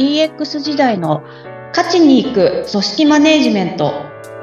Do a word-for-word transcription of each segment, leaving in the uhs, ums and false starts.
ィーエックス 時代の勝ちに行く組織マネジメント。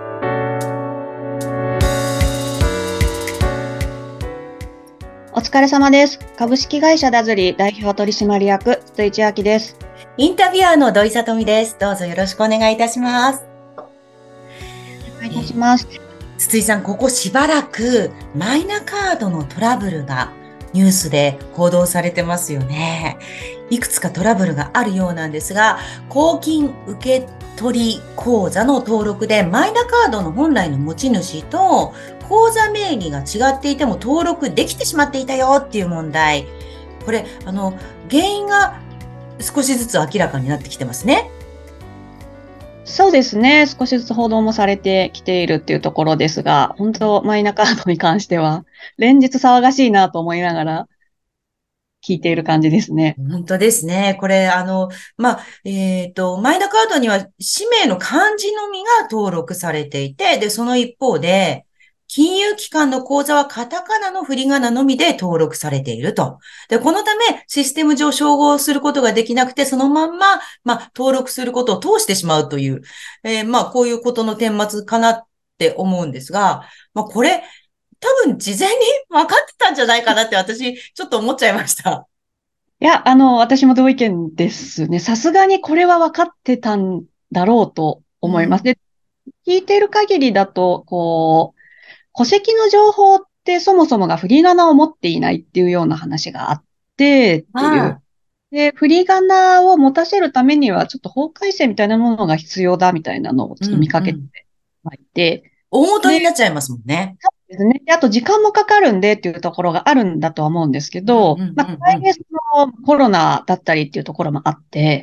お疲れ様です。株式会社ダズリ代表取締役筒井千秋です。 インタビュアーの土井さとみです。どうぞよろしくお願いいたします。 お願いいたします。 筒井さん、ここしばらくマイナカードのトラブルがニュースで報道されてますよね。いくつかトラブルがあるようなんですが、公金受取口座の登録でマイナカードの本来の持ち主と口座名義が違っていても登録できてしまっていたよっていう問題。これ、あの、原因が少しずつ明らかになってきてますね。 そうですね。少しずつ報道もされてきているっていうところですが、本当マイナカードに関しては連日騒がしいなと思いながら聞いている感じですね。 本当ですね。これ、あの、まあ、えっと、マイナカードには氏名の漢字のみが登録されていて、で、その一方で、金融機関の口座はカタカナの振り仮名のみで登録されていると。で、このため、システム上照合することができなくて、そのまんま、まあ、登録することを通してしまうという、えーまあ、こういうことの顛末かなって思うんですが、まあ、これ、多分事前に分かってたんじゃないかなって私、ちょっと思っちゃいました。 いや、あの、私も同意見ですね。さすがにこれは分かってたんだろうと思います。 うん。 で、聞いている限りだと、こう、戸籍の情報ってそもそもが振り仮名を持っていないっていうような話があってっていう。 ああ、 で、振り仮名を持たせるためには、ちょっと法改正みたいなものが必要だみたいなのをちょっと見うん、 かけてうん。 はいて、 大元で、 になっちゃいますもんね。 ですね。であと時間もかかるんでっていうところがあるんだとは思うんですけうん、うど、 ん、 まあ、 うん、うん。 大変そのコロナだったりっていうところもあって、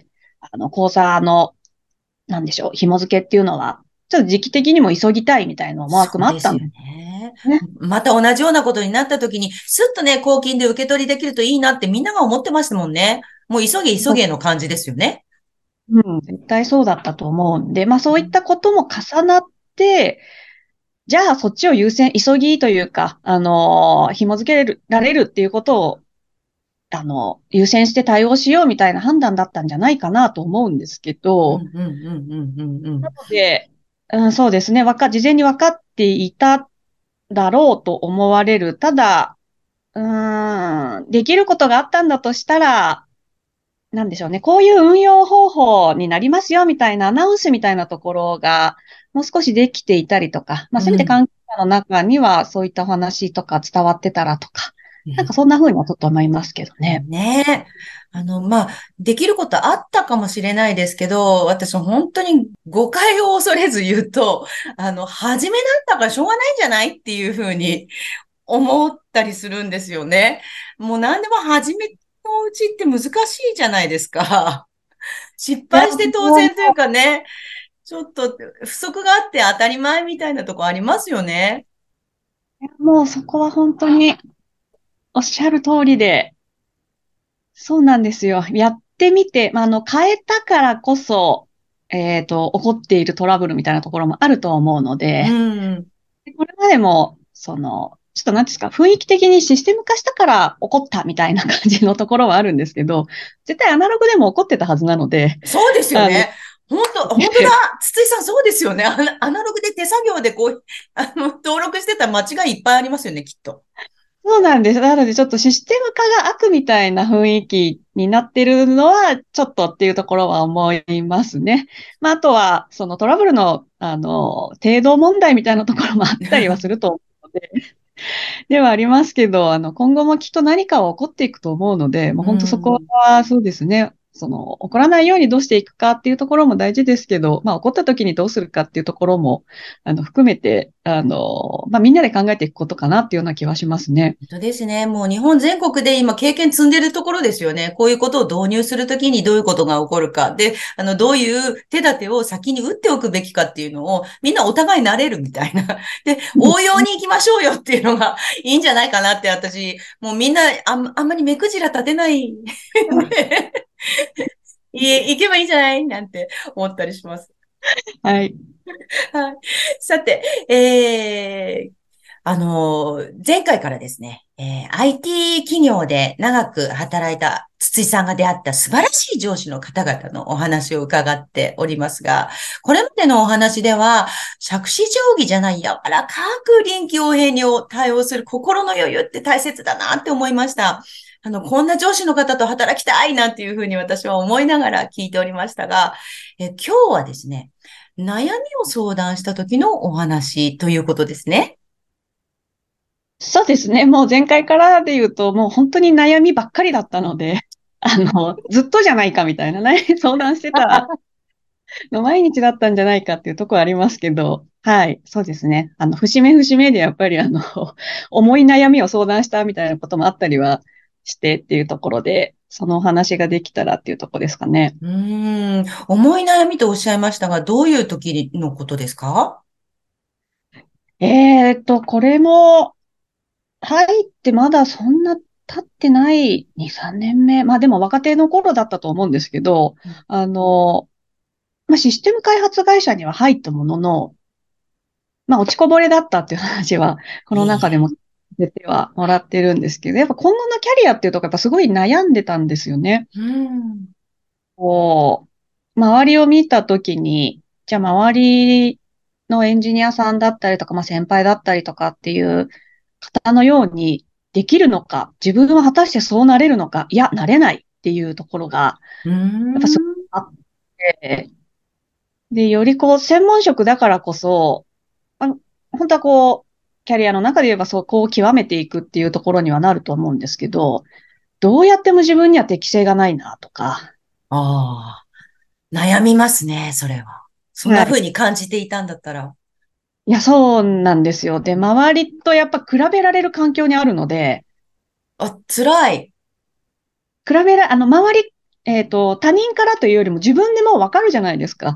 あの、口座の、なんでしょう、紐付けっていうのは、ちょっと時期的にも急ぎたいみたいな思惑もあったんでそうですよね。 すね。 また同じようなことになった時に、スッとね、公金で受け取りできるといいなってみんなが思ってましたもんね。もう急げ急げの感じですよね。 うん、絶対そうだったと思うんで、まあそういっうん、 たことも重なって、じゃあそっちを優先、急ぎというか、あのー紐付けられるっていうことを、あの、優先して対応しようみたいな判断だったんじゃないかなと思うんですけど、 うん、うん、うん、うん、うん。うん。 で、うん、そうですね。わか、事前に分かっていただろうと思われる。ただ、うーん、できることがあったんだとしたら、なんでしょうね。こういう運用方法になりますよ、みたいなアナウンスみたいなところが、もう少しできていたりとか、まあ、せめて関係者の中にはそういったお話とか伝わってたらとか、なんかそんな風にはちょっと思いますけどね。 ねえ。あの、まあ、できることあったかもしれないですけど、私本当に誤解を恐れず言うと、あの、初めなんだからしょうがないんじゃないっていうふうに思ったりするんですよね。もう何でも初めのうちって難しいじゃないですか。失いや、 敗して当もう、 然というかね、ちょっと不足があって当たり前みたいなとこありますよね。 もうそこは本当におっしゃる通りで、そうなんですよ。やってみて、まあ、あの、変えたからこそ、えっと、起こっているトラブルみたいなところもあると思うのうで、 ん。 でこれまでも、その、ちょっとなんていうんですか、雰囲気的にシステム化したから起こったみたいな感じのところはあるんですけど、絶対アナログでも起こってたはずなので、 そうですよあの、 ね。本当、本当だ。筒井さん、そうですよね。アナアナログで手作業でこう、あの、登録してたら間違いいっぱいありますよね、きっと。 そうなんです。なので、ちょっとシステム化が悪みたいな雰囲気になってるのは、ちょっとっていうところは思いますね。まあ、あとは、そのトラブルの、あの、程度問題みたいなところもあったりはすると思うので、ではありますけど、あの、今後もきっと何かは起こっていくと思うので、もうう本当そこん。 は、そうですね。その、起こらないようにどうしていくかっていうところも大事ですけど、まあ、起こった時にどうするかっていうところも、あの、含めて、あの、まあ、みんなで考えていくことかなっていうような気はしますね。 本当ですね。もう日本全国で今経験積んでるところですよね。こういうことを導入するときにどういうことが起こるか。で、あの、どういう手立てを先に打っておくべきかっていうのをみんなお互い慣れるみたいな。で、応用に行きましょうよっていうのがいいんじゃないかなって私、もうみんなあん、あんまり目くじら立てないんで、い行けばいいんじゃないなんて思ったりします。 はい。 はい。さて、えー、あの、前回からですね、えー アイティー 企業で長く働いた筒井さんが出会った素晴らしい上司の方々のお話を伺っておりますが、これまでのお話では、杓子定規じゃない柔らかく臨機応変に対応する心の余裕って大切だなって思いました。あの、こんな上司の方と働きたいなんていうふうに私は思いながら聞いておりましたが、え、今日はですね、悩みを相談した時のお話ということですね。 そうですね。もう前回からで言うと、もう本当に悩みばっかりだったので、あの、ずっとじゃないかみたいなね、相談してたの毎日だったんじゃないかっていうところありますけど、はい、そうですね。あの、節目節目でやっぱりあの、重い悩みを相談したみたいなこともあったりはしてっていうところで、そのお話ができたらっていうところですかね。 うーん、重い悩みとおっしゃいましたが、どういう時のことですか？ えーっと、これも入ってまだそんな経ってないに、さんねんめ。まあでも若手の頃だったと思うんですけど、あの、まあ、システム開発会社には入ったものの、まあ落ちこぼれだったっていう話は、このいえいえ。 中でも出てはもらってるんですけど、やっぱ今後のキャリアっていうとこやっぱすごい悩んでたんですよね。 うーん。 こう、周りを見たときに、じゃあ周りのエンジニアさんだったりとか、まあ先輩だったりとかっていう方のようにできるのか、自分は果たしてそうなれるのか、いや、なれないっていうところが、 うーやっぱすごいん。 あって、で、よりこう、専門職だからこそ、あの、本当はこう、キャリアの中で言えばそこを極めていくっていうところにはなると思うんですけど、どうやっても自分には適性がないなとか、 ああ、悩みますね、それは。そんなはい。 風に感じていたんだったら。 いや、そうなんですよ。で、周りとやっぱ比べられる環境にあるので、 あ、辛い。 比べら、あの、周り、えっと、他人からというよりも自分でもうわかるじゃないですか。 うん。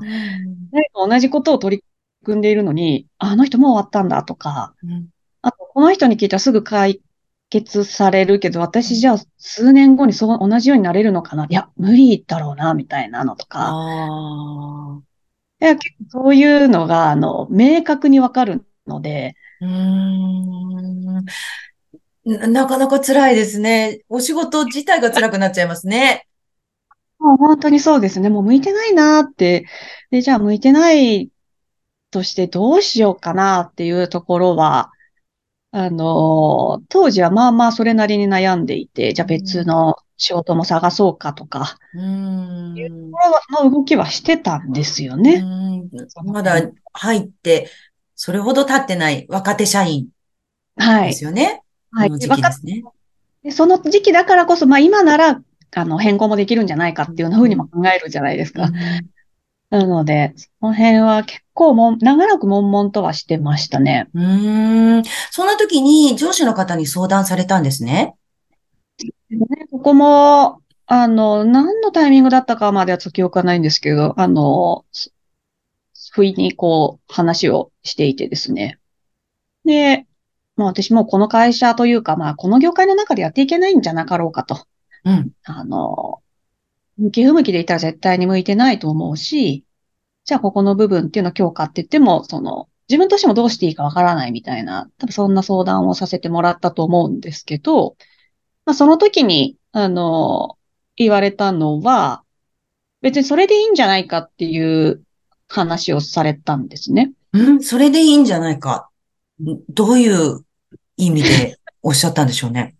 誰か同じことを取り組んでいるのに、ああの人もう終わったんだとか、 うん。 あと、この人に聞いたらすぐ解決されるけど、 うん。 私じゃあ数年後にそう同じようになれるのかな。いや、無理だろうな、みたいなのとあか。 あ。 いや、結構そういうのが、あの、明確にわかるので、 うーん。な、なかなか辛いですね。お仕事自体が辛くなっちゃいますね。 もう本当にそうですね。もう向いてないなって。で、じゃあ向いてないとしてどうしようかなっていうところは、あの、当時はまあまあそれなりに悩んでいて、じゃあ別うん。 の仕事も探そうかとか、 うーん。 この動きはしてたんですようーね。 ん。 そのまだ辺。 入って、それほど経ってない若手社員ですはい。 よね。 はい。 の時でわかっ期ですね。 て、その時期だからこそ、まあ今なら、あの、変更もできるんじゃないかうっていうふうにもん。 考えるじゃないですうか。 ん。 なので、その辺は結構もう、長らく悶々とはしてましたね。 うーん。そんな時に上司の方に相談されたんですね。 でね、ここも、あの、何のタイミングだったかまではちょっと記憶はないんですけど、あの、不意にこう、話をしていてですね。で、まあ私もこの会社というか、まあこの業界の中でやっていけないんじゃなかろうかと。 うん。 あの、向き不向きでいたら絶対に向いてないと思うし、じゃあここの部分っていうのを強化って言っても、その、自分としてもどうしていいかわからないみたいな、多分そんな相談をさせてもらったと思うんですけど、まあその時に、あの、言われたのは、別にそれでいいんじゃないかっていう話をされたんですね。 うん、それでいいんじゃないか。んどういう意味でおっしゃったんでしょうね。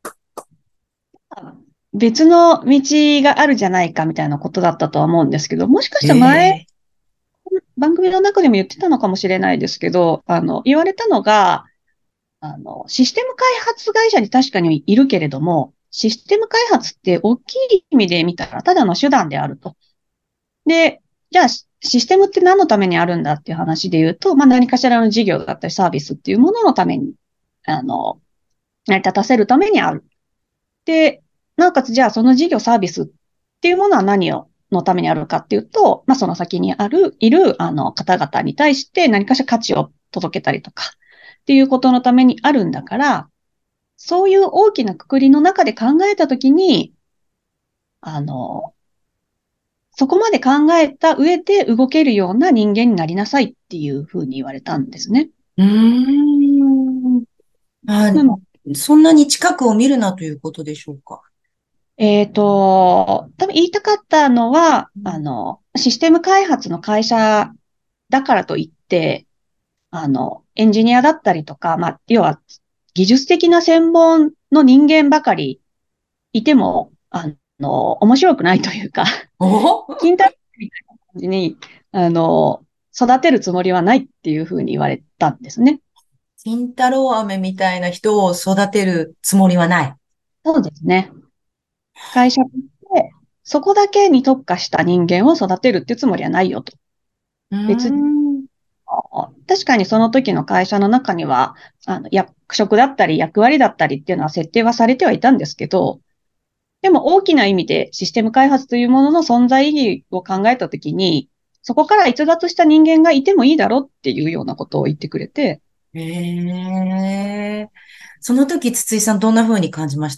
別の道があるじゃないかみたいなことだったとは思うんですけど、もしかしたら前、 ええ。 番組の中でも言ってたのかもしれないですけど、あの、言われたのが、あの、システム開発会社に確かにいるけれども、システム開発って大きい意味で見たらただの手段であると。で、じゃあ、システムって何のためにあるんだっていう話で言うと、まあ何かしらの事業だったりサービスっていうもののために、あの、成り立たせるためにある。で、なおかつじゃあその事業サービスっていうものは何を、のためにあるかっていうと、まあその先にある、いる、あの、方々に対して何かしら価値を届けたりとか、っていうことのためにあるんだから、そういう大きな括りの中で考えたときに、あの、そこまで考えた上で動けるような人間になりなさいっていうふうに言われたんですね。 うーん。あ、 なのそんなに近くを見るなということでしょうか。 えっと、多分言いたかったのは、 うん。 あの、システム開発の会社だからといって、あの、エンジニアだったりとか、まあ、要は技術的な専門の人間ばかりいても、あの、面白くないというか、 お金太郎みたいな感じに、あの、育てるつもりはないっていうふうに言われたんですね。 金太郎飴みたいな人を育てるつもりはない。 そうですね。会社として、そこだけに特化した人間を育てるっていうつもりはないよと。 うー別に、 ん。 あ確かにその時の会社の中には、あの、役職だったり役割だったりっていうのは設定はされてはいたんですけど、でも大きな意味でシステム開発というものの存在意義を考えたときに、そこから逸脱した人間がいてもいいだろうっていうようなことを言ってくれて、 へえ。その時、筒井さんどんな風に感じました？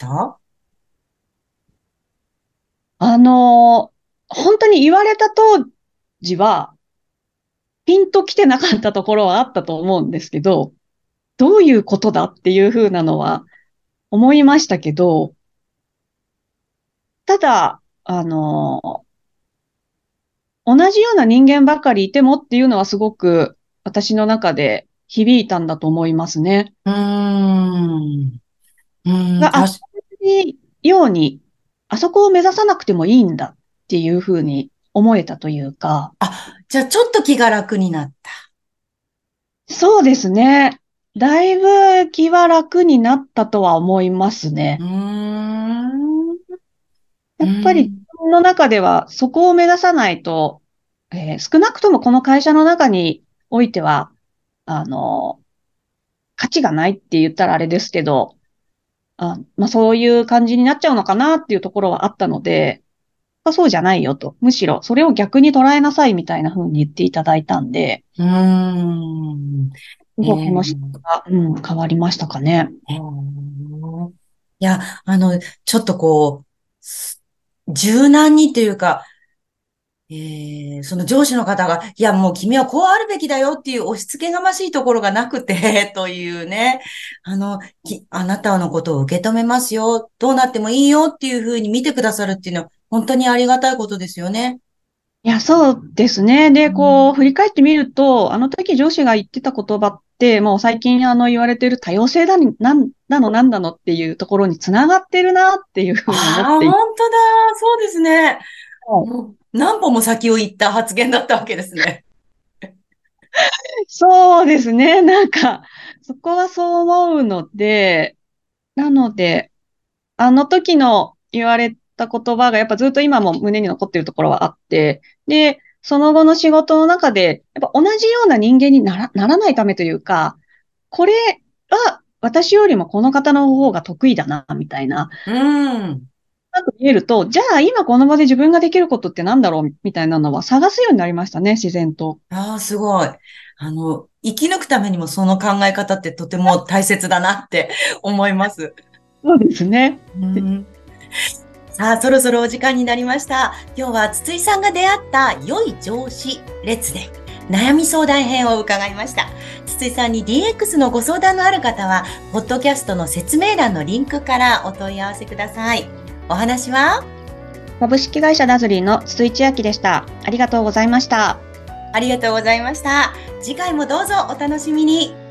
あの、本当に言われた当時は、ピンと来てなかったところはあったと思うんですけど、どういうことだっていうふうなのは思いましたけど、ただ、あの、同じような人間ばかりいてもっていうのはすごく私の中で響いたんだと思いますね。 うーん。うーん、 が、あ、同たし、 じように、あそこを目指さなくてもいいんだっていうふうに思えたというか、 あ、じゃあちょっと気が楽になった。 そうですね。だいぶ気は楽になったとは思いますうーね。 ん。うーやっぱり自ん。 分の中ではそこを目指さないと、えー少なくともこの会社の中においては、あの、価値がないって言ったらあれですけど、あ、まあそういう感じになっちゃうのかなっていうところはあったので、まあそうじゃないよと。むしろそれを逆に捉えなさいみたいな風に言っていただいたんで、 うーん。 すえごくこの視ー、 点が、うん、変わりましたかね。 えー、いや、あの、ちょっとこう、す柔軟にというか、えー、その上司の方が、いや、もう君はこうあるべきだよっていう押し付けがましいところがなくて、というね、あの、きあなたのことを受け止めますよ、どうなってもいいよっていうふうに見てくださるっていうのは、本当にありがたいことですよね。 いや、そうですね。で、 うん。 こう、振り返ってみると、あの時上司が言ってた言葉って、もう最近あの言われてる多様性だに、なんだのなんだのっていうところにつながってるなっていうふうに思っああ、 ていて、 本当だ。そうですね。もう何歩も先を行った発言だったわけですね。 そうですね。なんか、そこはそう思うので、なので、あの時の言われた言葉がやっぱずっと今も胸に残っているところはあって、で、その後の仕事の中で、やっぱ同じような人間になら、ならないためというか、これは私よりもこの方の方が得意だな、みたいな、 うん。 なんか見えると、じゃあ今この場で自分ができることってなんだろう、みたいなのは探すようになりましたね、自然と。 ああ、すごい。あの、生き抜くためにもその考え方ってとても大切だなって思います。 そうですね。 うん。さあ、そろそろお時間になりました。今日は筒井さんが出会った良い上司列で悩み相談編を伺いました。筒井さんに ディーエックス のご相談のある方は、ポッドキャストの説明欄のリンクからお問い合わせください。お話は株式会社ダズリーの筒井千明でした。ありがとうございました。 ありがとうございました。次回もどうぞお楽しみに。